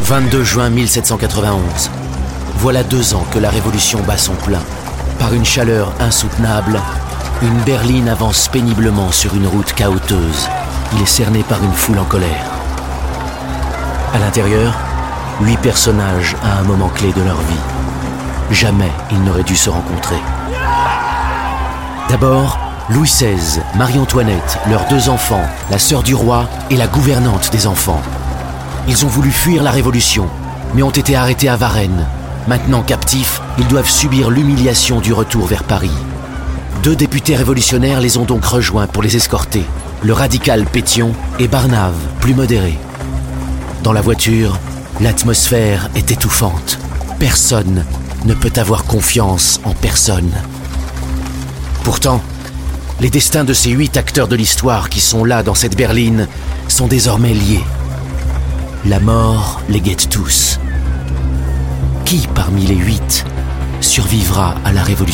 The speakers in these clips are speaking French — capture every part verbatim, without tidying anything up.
vingt-deux juin mille sept cent quatre-vingt-onze. Voilà deux ans que la Révolution bat son plein. Par une chaleur insoutenable, une berline avance péniblement sur une route cahoteuse. Il est cerné par une foule en colère. À l'intérieur, huit personnages à un moment clé de leur vie. Jamais ils n'auraient dû se rencontrer. D'abord, Louis seize, Marie-Antoinette, leurs deux enfants, la sœur du roi et la gouvernante des enfants. Ils ont voulu fuir la Révolution, mais ont été arrêtés à Varennes. Maintenant captifs, ils doivent subir l'humiliation du retour vers Paris. Deux députés révolutionnaires les ont donc rejoints pour les escorter. Le radical Pétion et Barnave, plus modéré. Dans la voiture, l'atmosphère est étouffante. Personne ne peut avoir confiance en personne. Pourtant, les destins de ces huit acteurs de l'histoire qui sont là dans cette berline sont désormais liés. La mort les guette tous. Qui parmi les huit survivra à la Révolution ?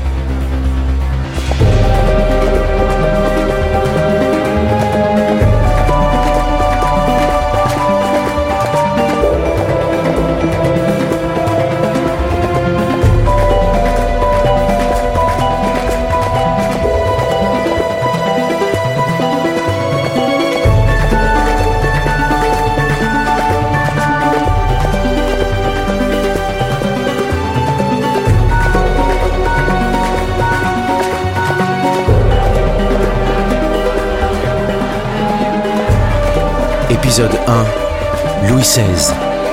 Épisode un, Louis seize.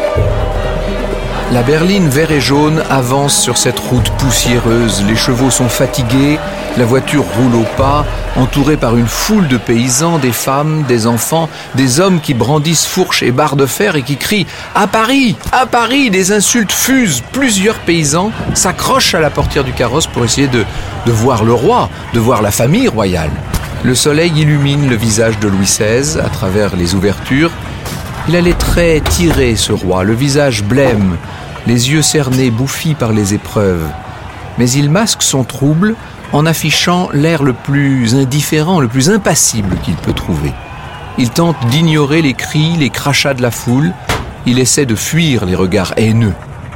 La berline vert et jaune avance sur cette route poussiéreuse. Les chevaux sont fatigués, la voiture roule au pas, entourée par une foule de paysans, des femmes, des enfants, des hommes qui brandissent fourches et barres de fer et qui crient « À Paris ! À Paris !» Des insultes fusent. Plusieurs paysans s'accrochent à la portière du carrosse pour essayer de, de voir le roi, de voir la famille royale. Le soleil illumine le visage de Louis seize à travers les ouvertures. Il a les traits tirés, ce roi, le visage blême, les yeux cernés, bouffis par les épreuves. Mais il masque son trouble en affichant l'air le plus indifférent, le plus impassible qu'il peut trouver. Il tente d'ignorer les cris, les crachats de la foule. Il essaie de fuir les regards haineux.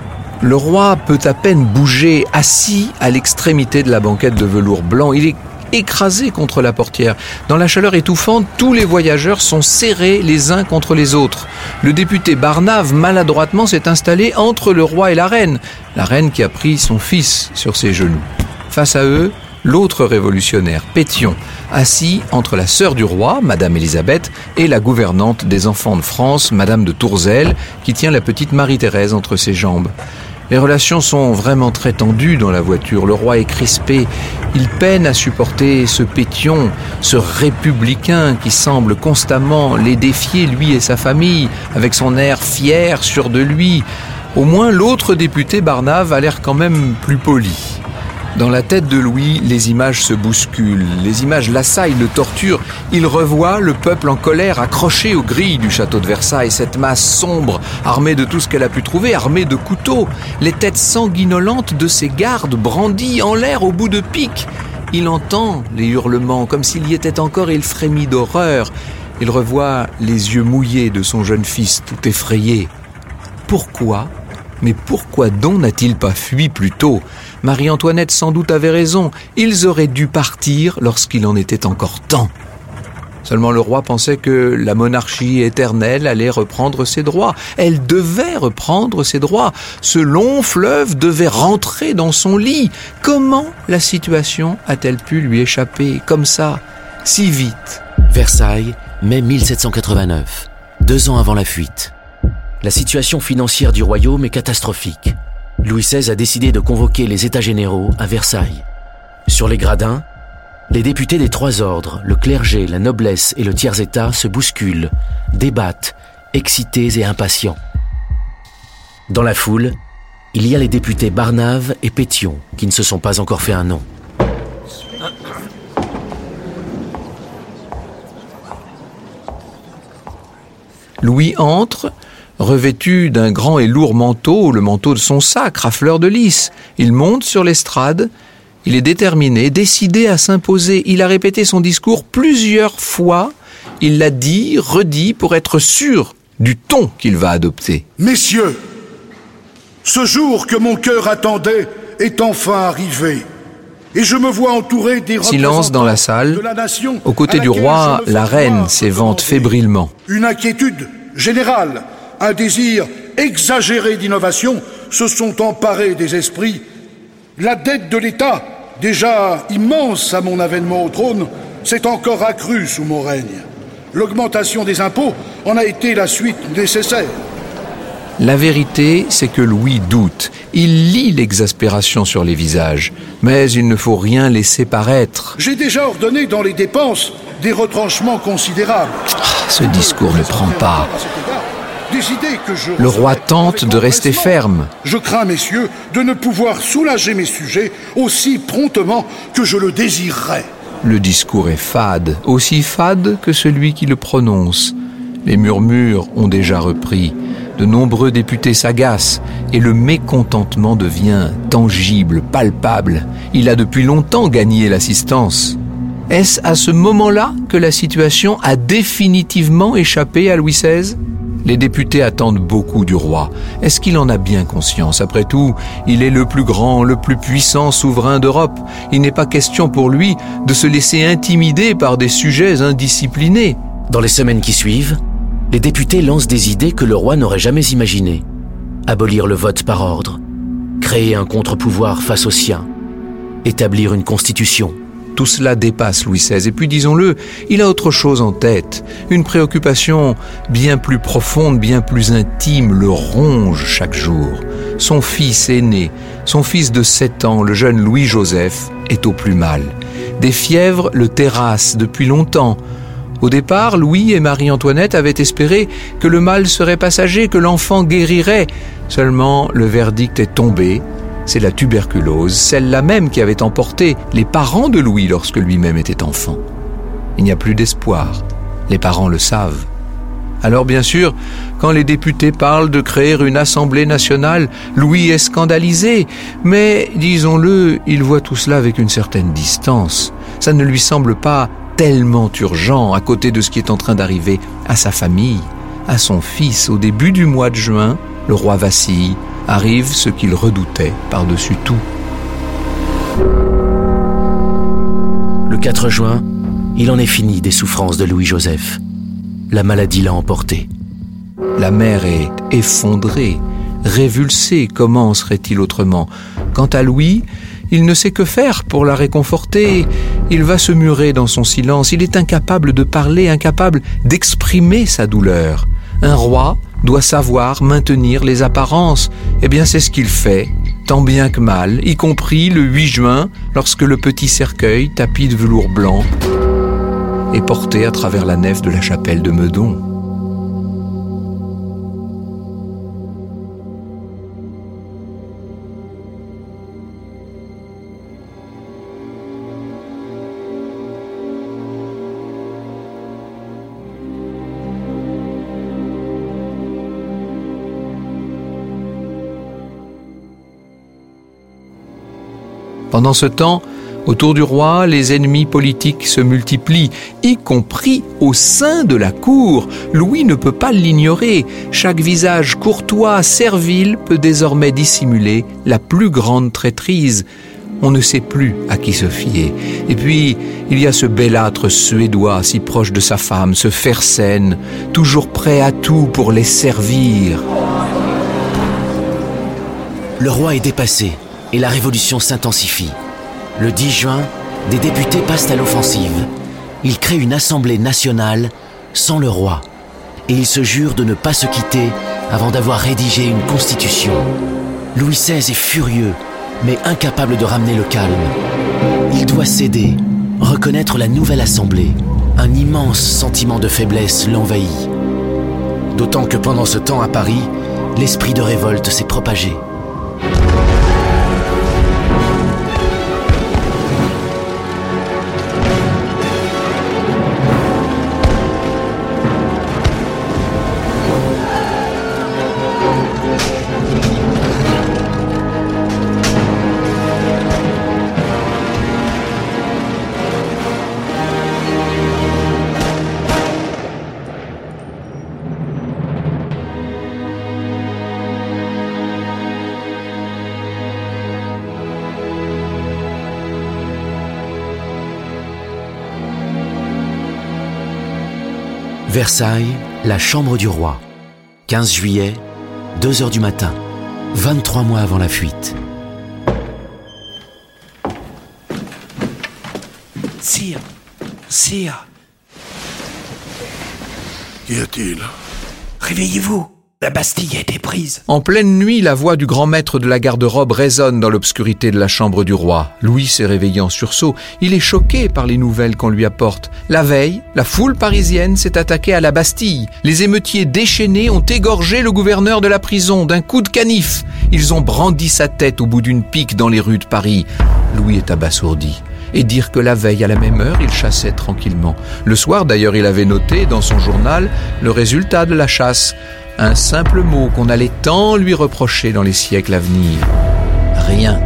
Le roi peut à peine bouger, assis à l'extrémité de la banquette de velours blanc. Il est écrasé contre la portière. Dans la chaleur étouffante, tous les voyageurs sont serrés les uns contre les autres. Le député Barnave, maladroitement, s'est installé entre le roi et la reine. La reine qui a pris son fils sur ses genoux. Face à eux, l'autre révolutionnaire, Pétion, assis entre la sœur du roi, Madame Élisabeth, et la gouvernante des enfants de France, Madame de Tourzel, qui tient la petite Marie-Thérèse entre ses jambes. Les relations sont vraiment très tendues dans la voiture. Le roi est crispé. Il peine à supporter ce Pétion, ce républicain qui semble constamment les défier, lui et sa famille, avec son air fier, sûr de lui. Au moins, l'autre député, Barnave, a l'air quand même plus poli. Dans la tête de Louis, les images se bousculent, les images l'assaillent, le torturent. Il revoit le peuple en colère accroché aux grilles du château de Versailles, cette masse sombre, armée de tout ce qu'elle a pu trouver, armée de couteaux, les têtes sanguinolentes de ses gardes brandies en l'air au bout de piques. Il entend les hurlements comme s'il y était encore et il frémit d'horreur. Il revoit les yeux mouillés de son jeune fils, tout effrayé. Pourquoi ? Mais pourquoi donc n'a-t-il pas fui plus tôt ? Marie-Antoinette sans doute avait raison. Ils auraient dû partir lorsqu'il en était encore temps. Seulement le roi pensait que la monarchie éternelle allait reprendre ses droits. Elle devait reprendre ses droits. Ce long fleuve devait rentrer dans son lit. Comment la situation a-t-elle pu lui échapper comme ça, si vite ? Versailles, mai mille sept cent quatre-vingt-neuf, deux ans avant la fuite. La situation financière du royaume est catastrophique. Louis seize a décidé de convoquer les États généraux à Versailles. Sur les gradins, les députés des trois ordres, le clergé, la noblesse et le tiers-état se bousculent, débattent, excités et impatients. Dans la foule, il y a les députés Barnave et Pétion, qui ne se sont pas encore fait un nom. Louis entre, revêtu d'un grand et lourd manteau, le manteau de son sacre à fleurs de lys. Il monte sur l'estrade. Il est déterminé, décidé à s'imposer. Il a répété son discours plusieurs fois. Il l'a dit, redit, pour être sûr du ton qu'il va adopter. Messieurs, ce jour que mon cœur attendait est enfin arrivé. Et je me vois entouré des Silence dans la salle. de la nation. Aux côtés du roi, la reine s'évente fébrilement. Une inquiétude générale, un désir exagéré d'innovation se sont emparés des esprits. La dette de l'État, déjà immense à mon avènement au trône, s'est encore accrue sous mon règne. L'augmentation des impôts en a été la suite nécessaire. La vérité, c'est que Louis doute. Il lit l'exaspération sur les visages. Mais il ne faut rien laisser paraître. J'ai déjà ordonné dans les dépenses des retranchements considérables. Ah, ce discours ne prend pas. Que je Le roi tente de rester ferme. Je crains, messieurs, de ne pouvoir soulager mes sujets aussi promptement que je le désirerais. Le discours est fade, aussi fade que celui qui le prononce. Les murmures ont déjà repris. De nombreux députés s'agacent et le mécontentement devient tangible, palpable. Il a depuis longtemps gagné l'assistance. Est-ce à ce moment-là que la situation a définitivement échappé à Louis seize ? Les députés attendent beaucoup du roi. Est-ce qu'il en a bien conscience ? Après tout, il est le plus grand, le plus puissant souverain d'Europe. Il n'est pas question pour lui de se laisser intimider par des sujets indisciplinés. Dans les semaines qui suivent, les députés lancent des idées que le roi n'aurait jamais imaginées. Abolir le vote par ordre, créer un contre-pouvoir face aux siens, établir une constitution. Tout cela dépasse Louis seize. Et puis, disons-le, il a autre chose en tête. Une préoccupation bien plus profonde, bien plus intime, le ronge chaque jour. Son fils aîné, son fils de sept ans, le jeune Louis-Joseph, est au plus mal. Des fièvres le terrassent depuis longtemps. Au départ, Louis et Marie-Antoinette avaient espéré que le mal serait passager, que l'enfant guérirait. Seulement, le verdict est tombé. C'est la tuberculose, celle-là même qui avait emporté les parents de Louis lorsque lui-même était enfant. Il n'y a plus d'espoir. Les parents le savent. Alors bien sûr, quand les députés parlent de créer une assemblée nationale, Louis est scandalisé. Mais, disons-le, il voit tout cela avec une certaine distance. Ça ne lui semble pas tellement urgent à côté de ce qui est en train d'arriver à sa famille, à son fils. Au début du mois de juin, le roi vacille. Arrive ce qu'il redoutait par-dessus tout. Le quatre juin, il en est fini des souffrances de Louis-Joseph. La maladie l'a emporté. La mère est effondrée, révulsée. Comment serait-il autrement ? Quant à Louis, il ne sait que faire pour la réconforter. Il va se murer dans son silence. Il est incapable de parler, incapable d'exprimer sa douleur. Un roi doit savoir maintenir les apparences. Eh bien, c'est ce qu'il fait, tant bien que mal, y compris le huit juin, lorsque le petit cercueil, tapis de velours blanc, est porté à travers la nef de la chapelle de Meudon. Pendant ce temps, autour du roi, les ennemis politiques se multiplient, y compris au sein de la cour. Louis ne peut pas l'ignorer. Chaque visage courtois, servile, peut désormais dissimuler la plus grande traîtrise. On ne sait plus à qui se fier. Et puis, il y a ce bellâtre suédois si proche de sa femme, ce Fersen, toujours prêt à tout pour les servir. Le roi est dépassé. Et la révolution s'intensifie. Le dix juin, des députés passent à l'offensive. Ils créent une assemblée nationale sans le roi. Et ils se jurent de ne pas se quitter avant d'avoir rédigé une constitution. Louis seize est furieux, mais incapable de ramener le calme. Il doit céder, reconnaître la nouvelle assemblée. Un immense sentiment de faiblesse l'envahit. D'autant que pendant ce temps à Paris, l'esprit de révolte s'est propagé. Versailles, la chambre du roi. quinze juillet, deux heures du matin, vingt-trois mois avant la fuite. Sire, sire, Qu'y a-t-il? réveillez-vous. La Bastille a été prise. En pleine nuit, la voix du grand maître de la garde-robe résonne dans l'obscurité de la chambre du roi. Louis s'est réveillé en sursaut. Il est choqué par les nouvelles qu'on lui apporte. La veille, la foule parisienne s'est attaquée à la Bastille. Les émeutiers déchaînés ont égorgé le gouverneur de la prison d'un coup de canif. Ils ont brandi sa tête au bout d'une pique dans les rues de Paris. Louis est abasourdi. Et dire que la veille, à la même heure, il chassait tranquillement. Le soir, d'ailleurs, il avait noté dans son journal le résultat de la chasse. Un simple mot qu'on allait tant lui reprocher dans les siècles à venir. Rien.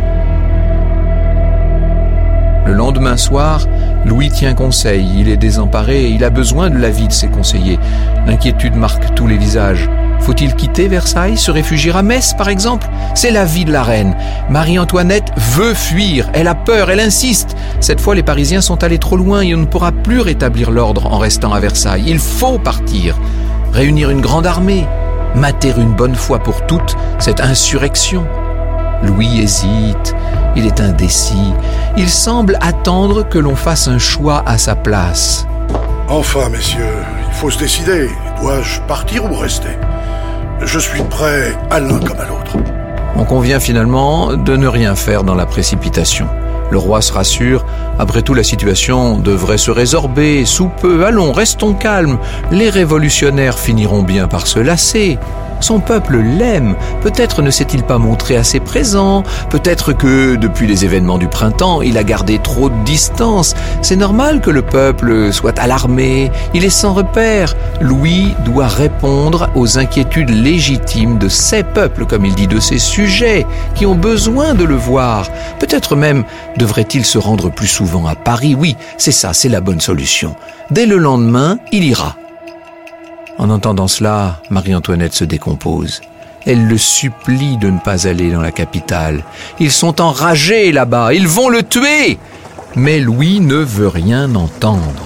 Le lendemain soir, Louis tient conseil. Il est désemparé et il a besoin de l'avis de ses conseillers. L'inquiétude marque tous les visages. Faut-il quitter Versailles, se réfugier à Metz, par exemple? C'est la vie de la reine. Marie-Antoinette veut fuir. Elle a peur, elle insiste. Cette fois, les Parisiens sont allés trop loin et on ne pourra plus rétablir l'ordre en restant à Versailles. Il faut partir. Réunir une grande armée. Mater une bonne fois pour toutes cette insurrection. Louis hésite, il est indécis, il semble attendre que l'on fasse un choix à sa place. Enfin, messieurs, il faut se décider. Dois-je partir ou rester? Je suis prêt à l'un comme à l'autre. On convient finalement de ne rien faire dans la précipitation. Le roi se rassure, après tout la situation devrait se résorber sous peu. Allons, restons calmes, les révolutionnaires finiront bien par se lasser. Son peuple l'aime, peut-être ne s'est-il pas montré assez présent, peut-être que, depuis les événements du printemps, il a gardé trop de distance. C'est normal que le peuple soit alarmé, il est sans repère. Louis doit répondre aux inquiétudes légitimes de ses peuples, comme il dit, de ses sujets, qui ont besoin de le voir. Peut-être même devrait-il se rendre plus souvent à Paris. Oui, c'est ça, c'est la bonne solution. Dès le lendemain, il ira. En entendant cela, Marie-Antoinette se décompose. Elle le supplie de ne pas aller dans la capitale. Ils sont enragés là-bas, ils vont le tuer. Mais Louis ne veut rien entendre.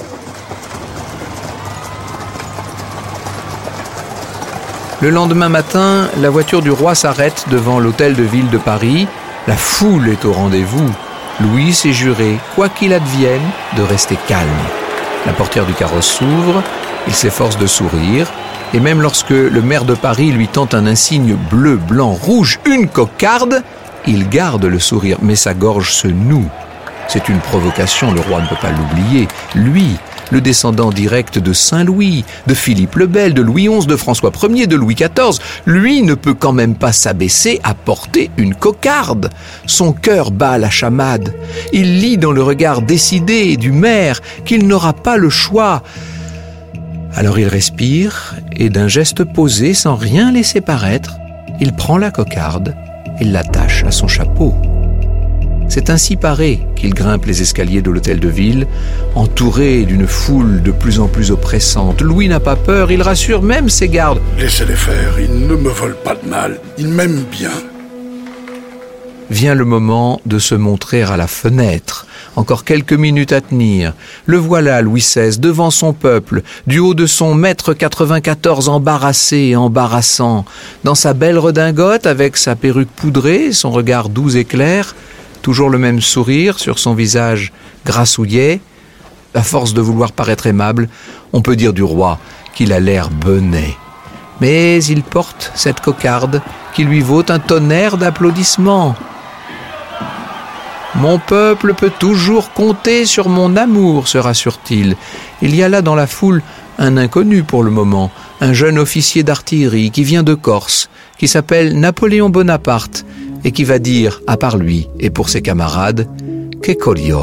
Le lendemain matin, la voiture du roi s'arrête devant l'hôtel de ville de Paris. La foule est au rendez-vous. Louis s'est juré, quoi qu'il advienne, de rester calme. La portière du carrosse s'ouvre. Il s'efforce de sourire, et même lorsque le maire de Paris lui tend un insigne bleu, blanc, rouge, une cocarde, il garde le sourire, mais sa gorge se noue. C'est une provocation, le roi ne peut pas l'oublier. Lui, le descendant direct de Saint-Louis, de Philippe le Bel, de Louis onze, de François Ier, de Louis quatorze, lui ne peut quand même pas s'abaisser à porter une cocarde. Son cœur bat la chamade. Il lit dans le regard décidé du maire qu'il n'aura pas le choix. Alors il respire et d'un geste posé, sans rien laisser paraître, il prend la cocarde et l'attache à son chapeau. C'est ainsi paré qu'il grimpe les escaliers de l'hôtel de ville, entouré d'une foule de plus en plus oppressante. Louis n'a pas peur, il rassure même ses gardes. Laissez-les faire, ils ne me veulent pas de mal, ils m'aiment bien. Vient le moment de se montrer à la fenêtre. Encore quelques minutes à tenir. Le voilà, Louis seize, devant son peuple, du haut de son mètre quatre-vingt-quatorze, embarrassé et embarrassant. Dans sa belle redingote, avec sa perruque poudrée, son regard doux et clair, toujours le même sourire sur son visage grassouillet. À force de vouloir paraître aimable, on peut dire du roi qu'il a l'air benêt. Mais il porte cette cocarde qui lui vaut un tonnerre d'applaudissements. « Mon peuple peut toujours compter sur mon amour, se rassure-t-il. Il y a là dans la foule un inconnu pour le moment, un jeune officier d'artillerie qui vient de Corse, qui s'appelle Napoléon Bonaparte et qui va dire, à part lui et pour ses camarades, « Que coglione !»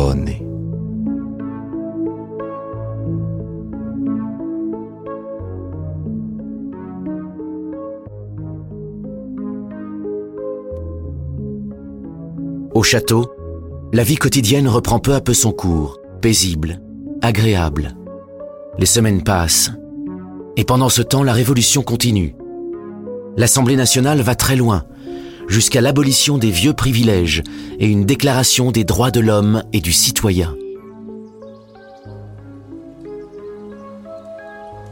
Au château, la vie quotidienne reprend peu à peu son cours, paisible, agréable. Les semaines passent, et pendant ce temps, la révolution continue. L'Assemblée nationale va très loin, jusqu'à l'abolition des vieux privilèges et une déclaration des droits de l'homme et du citoyen.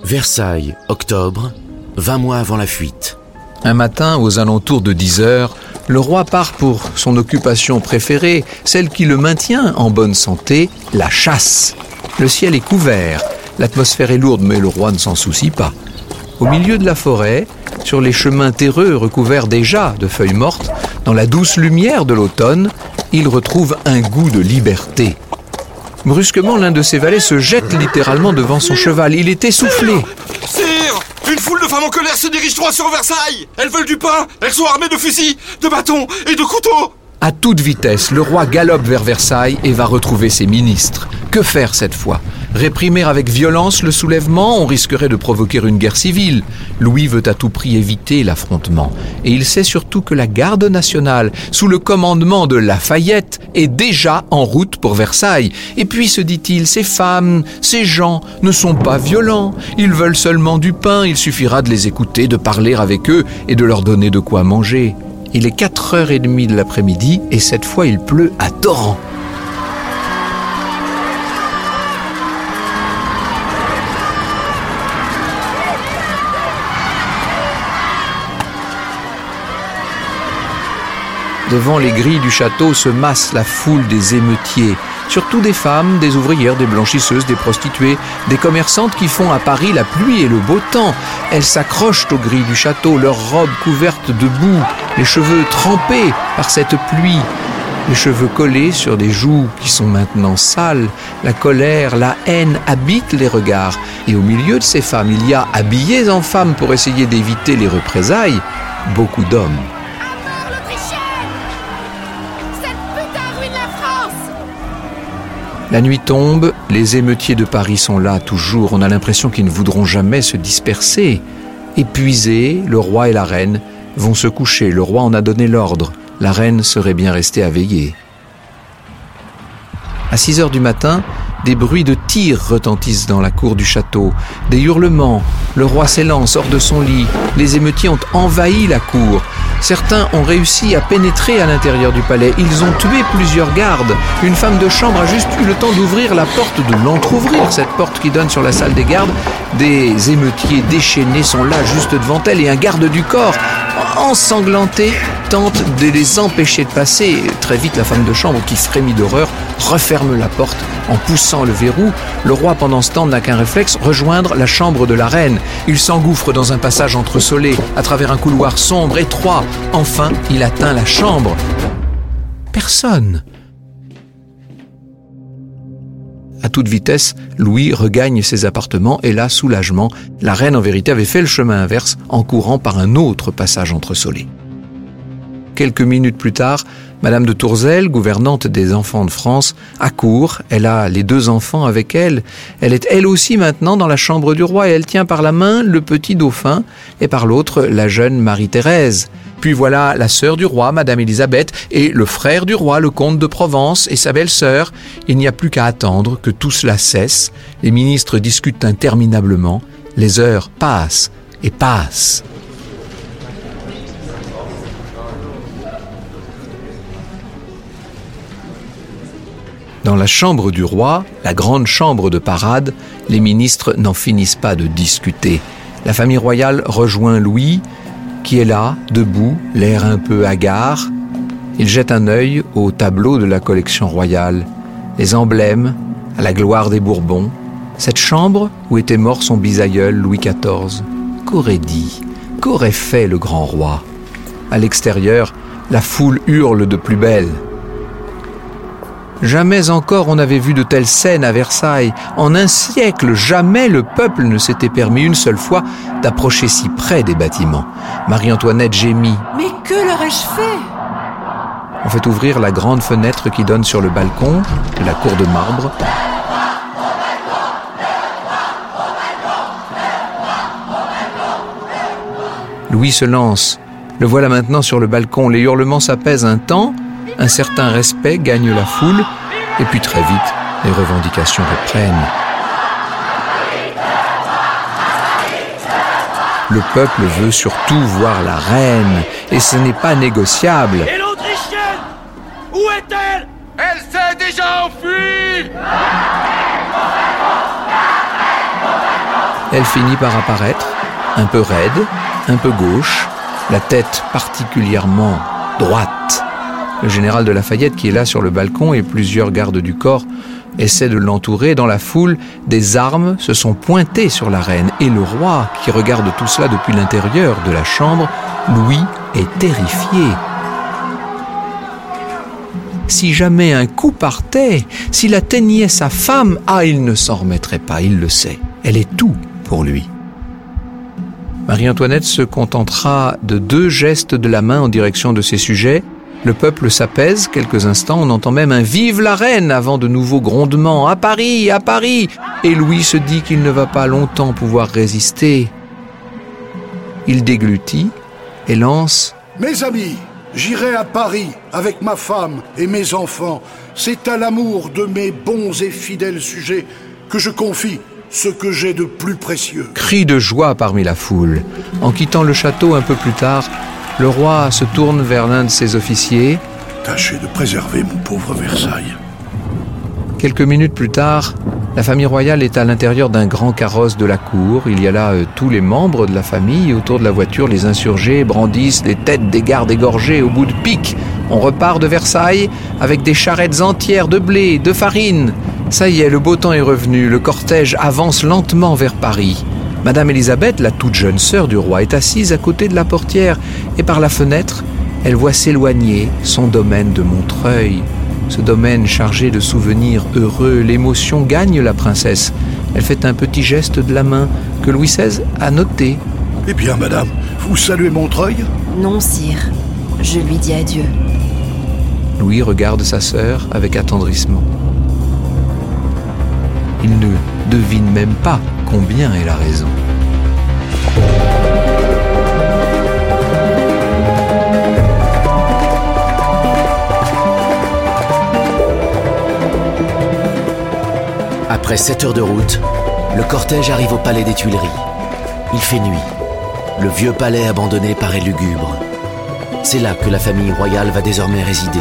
Versailles, octobre, vingt mois avant la fuite. Un matin, aux alentours de dix heures, le roi part pour son occupation préférée, celle qui le maintient en bonne santé, la chasse. Le ciel est couvert, l'atmosphère est lourde, mais le roi ne s'en soucie pas. Au milieu de la forêt, sur les chemins terreux recouverts déjà de feuilles mortes, dans la douce lumière de l'automne, il retrouve un goût de liberté. Brusquement, l'un de ses valets se jette littéralement devant son cheval. Il est essoufflé. Sire, une foule de femmes en colère se dirige droit sur Versailles. Elles veulent du pain, elles sont armées de fusils, de bâtons et de couteaux. À toute vitesse, le roi galope vers Versailles et va retrouver ses ministres. Que faire cette fois ? Réprimer avec violence le soulèvement, on risquerait de provoquer une guerre civile. Louis veut à tout prix éviter l'affrontement. Et il sait surtout que la garde nationale, sous le commandement de Lafayette, est déjà en route pour Versailles. Et puis, se dit-il, ces femmes, ces gens ne sont pas violents. Ils veulent seulement du pain. Il suffira de les écouter, de parler avec eux et de leur donner de quoi manger. Il est quatre heures trente de l'après-midi et cette fois il pleut à torrents. Devant les grilles du château se masse la foule des émeutiers, surtout des femmes, des ouvrières, des blanchiseuses, des prostituées, des commerçantes qui font à Paris la pluie et le beau temps. Elles s'accrochent aux grilles du château, leurs robes couvertes de boue, les cheveux trempés par cette pluie, les cheveux collés sur des joues qui sont maintenant sales. La colère, la haine habitent les regards. Et au milieu de ces femmes, il y a, habillées en femmes pour essayer d'éviter les représailles, beaucoup d'hommes. La nuit tombe, les émeutiers de Paris sont là toujours. On a l'impression qu'ils ne voudront jamais se disperser. Épuisés, le roi et la reine vont se coucher. Le roi en a donné l'ordre. La reine serait bien restée à veiller. À six heures du matin, des bruits de tirs retentissent dans la cour du château. Des hurlements. Le roi s'élance hors de son lit. Les émeutiers ont envahi la cour. Certains ont réussi à pénétrer à l'intérieur du palais. Ils ont tué plusieurs gardes. Une femme de chambre a juste eu le temps d'ouvrir la porte, de l'entrouvrir, cette porte qui donne sur la salle des gardes. Des émeutiers déchaînés sont là, juste devant elle, et un garde du corps, ensanglanté, tente de les empêcher de passer. Très vite, la femme de chambre, qui frémit d'horreur, referme la porte en poussant le verrou. Le roi, pendant ce temps, n'a qu'un réflexe, rejoindre la chambre de la reine. Il s'engouffre dans un passage entresolé, à travers un couloir sombre, étroit. Enfin, il atteint la chambre. Personne. À toute vitesse, Louis regagne ses appartements et là, soulagement, la reine en vérité avait fait le chemin inverse en courant par un autre passage entresolé. Quelques minutes plus tard, Madame de Tourzel, gouvernante des enfants de France, accourt. Elle a les deux enfants avec elle. Elle est elle aussi maintenant dans la chambre du roi et elle tient par la main le petit dauphin et par l'autre la jeune Marie-Thérèse. Puis voilà la sœur du roi, Madame Élisabeth, et le frère du roi, le comte de Provence, et sa belle-sœur. Il n'y a plus qu'à attendre que tout cela cesse. Les ministres discutent interminablement. Les heures passent et passent. Dans la chambre du roi, la grande chambre de parade, les ministres n'en finissent pas de discuter. La famille royale rejoint Louis, qui est là, debout, l'air un peu hagard. Il jette un œil au tableau de la collection royale, les emblèmes, à la gloire des Bourbons, cette chambre où était mort son bisaïeul Louis quatorze. Qu'aurait dit, qu'aurait fait le grand roi ? À l'extérieur, la foule hurle de plus belle. Jamais encore on n'avait vu de telles scènes à Versailles. En un siècle, jamais le peuple ne s'était permis une seule fois d'approcher si près des bâtiments. Marie-Antoinette gémit. « Mais que leur ai-je fait ?» On fait ouvrir la grande fenêtre qui donne sur le balcon de la cour de marbre. Louis se lance. Le voilà maintenant sur le balcon. Les hurlements s'apaisent un temps. Un certain respect gagne la foule, et puis très vite, les revendications reprennent. Le peuple veut surtout voir la reine, et ce n'est pas négociable. Et l'Autrichienne, où est-elle? Elle s'est déjà enfuie. Elle finit par apparaître, un peu raide, un peu gauche, la tête particulièrement droite. Le général de Lafayette, qui est là sur le balcon, et plusieurs gardes du corps essaient de l'entourer. Dans la foule, des armes se sont pointées sur la reine. Et le roi, qui regarde tout cela depuis l'intérieur de la chambre, Louis, est terrifié. Si jamais un coup partait, s'il atteignait sa femme, ah, il ne s'en remettrait pas, il le sait. Elle est tout pour lui. Marie-Antoinette se contentera de deux gestes de la main en direction de ses sujets. Le peuple s'apaise quelques instants, on entend même un « Vive la reine » avant de nouveaux grondements « À Paris, à Paris !» Et Louis se dit qu'il ne va pas longtemps pouvoir résister. Il déglutit et lance « Mes amis, j'irai à Paris avec ma femme et mes enfants. C'est à l'amour de mes bons et fidèles sujets que je confie ce que j'ai de plus précieux. » Cri de joie parmi la foule. En quittant le château un peu plus tard, le roi se tourne vers l'un de ses officiers. « Tâchez de préserver mon pauvre Versailles. » Quelques minutes plus tard, la famille royale est à l'intérieur d'un grand carrosse de la cour. Il y a là euh, tous les membres de la famille. Et autour de la voiture, les insurgés brandissent les têtes des gardes égorgés au bout de pique. On repart de Versailles avec des charrettes entières de blé, de farine. Ça y est, le beau temps est revenu. Le cortège avance lentement vers Paris. Madame Élisabeth, la toute jeune sœur du roi, est assise à côté de la portière. Et par la fenêtre, elle voit s'éloigner son domaine de Montreuil. Ce domaine chargé de souvenirs heureux, l'émotion gagne la princesse. Elle fait un petit geste de la main que Louis seize a noté. « Eh bien, madame, vous saluez Montreuil ?» ?»« Non, sire. Je lui dis adieu. » Louis regarde sa sœur avec attendrissement. Il ne devine même pas combien elle a raison. Après sept heures de route, le cortège arrive au palais des Tuileries. Il fait nuit. Le vieux palais abandonné paraît lugubre. C'est là que la famille royale va désormais résider.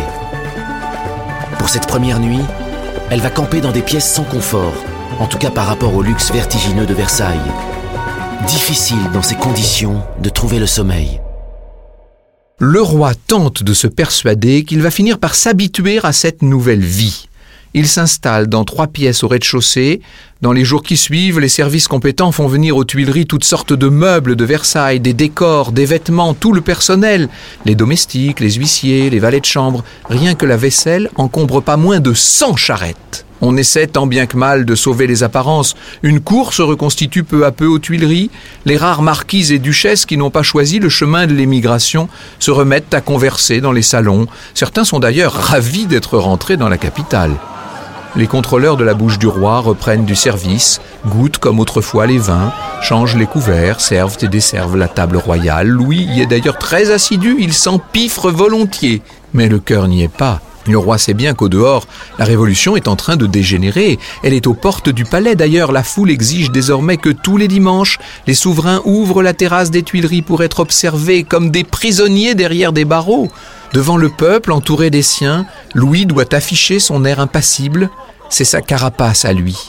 Pour cette première nuit, elle va camper dans des pièces sans confort, en tout cas par rapport au luxe vertigineux de Versailles. Difficile dans ces conditions de trouver le sommeil. Le roi tente de se persuader qu'il va finir par s'habituer à cette nouvelle vie. Il s'installe dans trois pièces au rez-de-chaussée. Dans les jours qui suivent, les services compétents font venir aux Tuileries toutes sortes de meubles de Versailles, des décors, des vêtements, tout le personnel. Les domestiques, les huissiers, les valets de chambre. Rien que la vaisselle encombre pas moins de cent charrettes. On essaie tant bien que mal de sauver les apparences. Une cour se reconstitue peu à peu aux Tuileries. Les rares marquises et duchesses qui n'ont pas choisi le chemin de l'émigration se remettent à converser dans les salons. Certains sont d'ailleurs ravis d'être rentrés dans la capitale. Les contrôleurs de la bouche du roi reprennent du service, goûtent comme autrefois les vins, changent les couverts, servent et desservent la table royale. Louis y est d'ailleurs très assidu, il s'empiffre volontiers. Mais le cœur n'y est pas. Le roi sait bien qu'au dehors, la révolution est en train de dégénérer. Elle est aux portes du palais. D'ailleurs, la foule exige désormais que tous les dimanches, les souverains ouvrent la terrasse des Tuileries pour être observés comme des prisonniers derrière des barreaux. Devant le peuple, entouré des siens, Louis doit afficher son air impassible. C'est sa carapace à lui.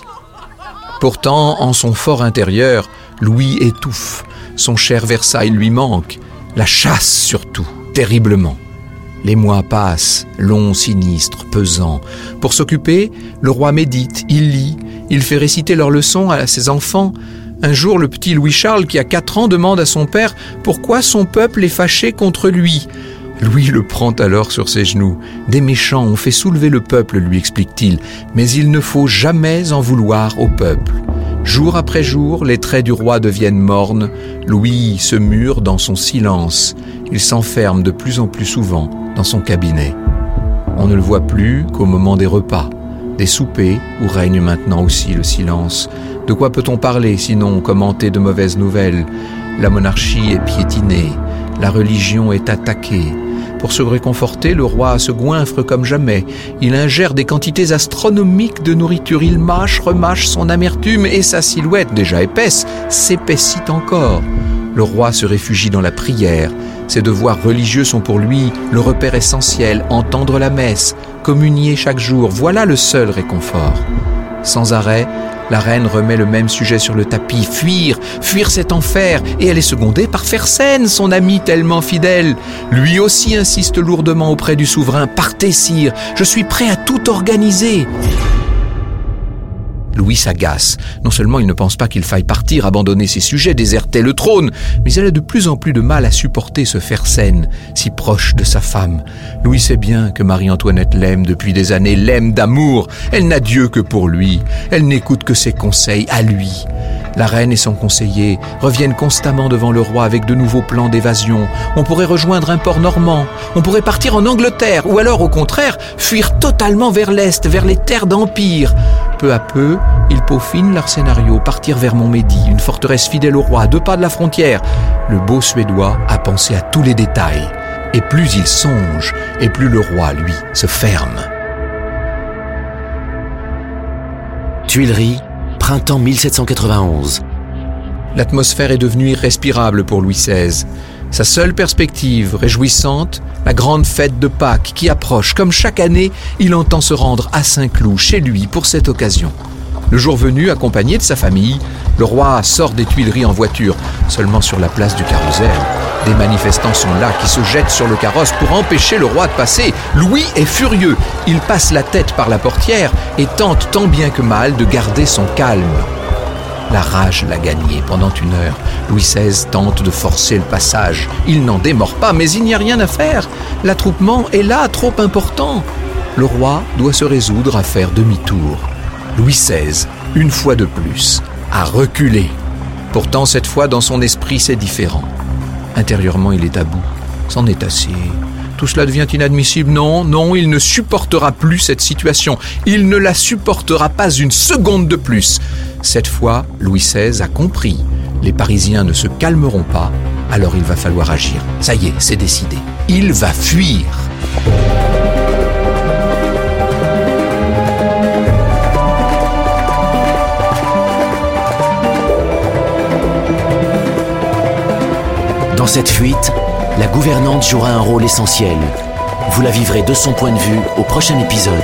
Pourtant, en son fort intérieur, Louis étouffe. Son cher Versailles lui manque. La chasse surtout, terriblement. Les mois passent, longs, sinistres, pesants. Pour s'occuper, le roi médite, il lit, il fait réciter leurs leçons à ses enfants. Un jour, le petit Louis-Charles, qui a quatre ans, demande à son père pourquoi son peuple est fâché contre lui. Louis le prend alors sur ses genoux. « Des méchants ont fait soulever le peuple, lui explique-t-il, mais il ne faut jamais en vouloir au peuple. » Jour après jour, les traits du roi deviennent mornes. Louis se mure dans son silence. Il s'enferme de plus en plus souvent dans son cabinet. On ne le voit plus qu'au moment des repas, des soupers où règne maintenant aussi le silence. De quoi peut-on parler sinon commenter de mauvaises nouvelles? La monarchie est piétinée, la religion est attaquée. Pour se réconforter, le roi se goinfre comme jamais. Il ingère des quantités astronomiques de nourriture. Il mâche, remâche son amertume et sa silhouette, déjà épaisse, s'épaissit encore. Le roi se réfugie dans la prière. Ses devoirs religieux sont pour lui le repère essentiel. Entendre la messe, communier chaque jour, voilà le seul réconfort. Sans arrêt, la reine remet le même sujet sur le tapis. Fuir, fuir cet enfer. Et elle est secondée par Fersen, son ami tellement fidèle. Lui aussi insiste lourdement auprès du souverain. « Partez, sire, je suis prêt à tout organiser !» Louis s'agace. Non seulement il ne pense pas qu'il faille partir, abandonner ses sujets, déserter le trône, mais elle a de plus en plus de mal à supporter ce Fersen, si proche de sa femme. Louis sait bien que Marie-Antoinette l'aime depuis des années, l'aime d'amour. Elle n'a Dieu que pour lui. Elle n'écoute que ses conseils à lui. La reine et son conseiller reviennent constamment devant le roi avec de nouveaux plans d'évasion. On pourrait rejoindre un port normand, on pourrait partir en Angleterre, ou alors au contraire, fuir totalement vers l'Est, vers les terres d'Empire. Peu à peu, ils peaufinent leur scénario, partir vers Montmédy, une forteresse fidèle au roi, à deux pas de la frontière. Le beau Suédois a pensé à tous les détails. Et plus il songe, et plus le roi, lui, se ferme. Tuileries, printemps mille sept cent quatre-vingt-onze. L'atmosphère est devenue irrespirable pour Louis seize. Sa seule perspective réjouissante, la grande fête de Pâques qui approche. Comme chaque année, il entend se rendre à Saint-Cloud, chez lui, pour cette occasion. Le jour venu, accompagné de sa famille, le roi sort des Tuileries en voiture. Seulement sur la place du Carrousel, des manifestants sont là qui se jettent sur le carrosse pour empêcher le roi de passer. Louis est furieux. Il passe la tête par la portière et tente tant bien que mal de garder son calme. La rage l'a gagné. Pendant une heure, Louis seize tente de forcer le passage. Il n'en démord pas, mais il n'y a rien à faire. L'attroupement est là, trop important. Le roi doit se résoudre à faire demi-tour. Louis seize, une fois de plus, a reculé. Pourtant, cette fois, dans son esprit, c'est différent. Intérieurement, il est à bout. C'en est assez. Tout cela devient inadmissible. Non, non, il ne supportera plus cette situation. Il ne la supportera pas une seconde de plus. Cette fois, Louis seize a compris. Les Parisiens ne se calmeront pas, alors il va falloir agir. Ça y est, c'est décidé. Il va fuir. Dans cette fuite, la gouvernante jouera un rôle essentiel. Vous la vivrez de son point de vue au prochain épisode.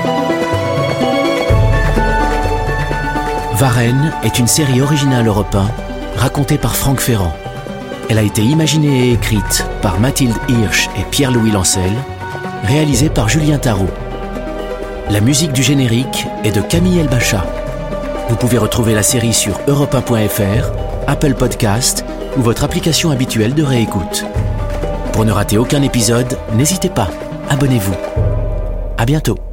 Varennes est une série originale Europe un racontée par Franck Ferrand. Elle a été imaginée et écrite par Mathilde Hirsch et Pierre-Louis Lancel, réalisée par Julien Tarot. La musique du générique est de Camille Elbacha. Vous pouvez retrouver la série sur europe un point f r, Apple Podcast ou votre application habituelle de réécoute. Pour ne rater aucun épisode, n'hésitez pas, abonnez-vous. À bientôt.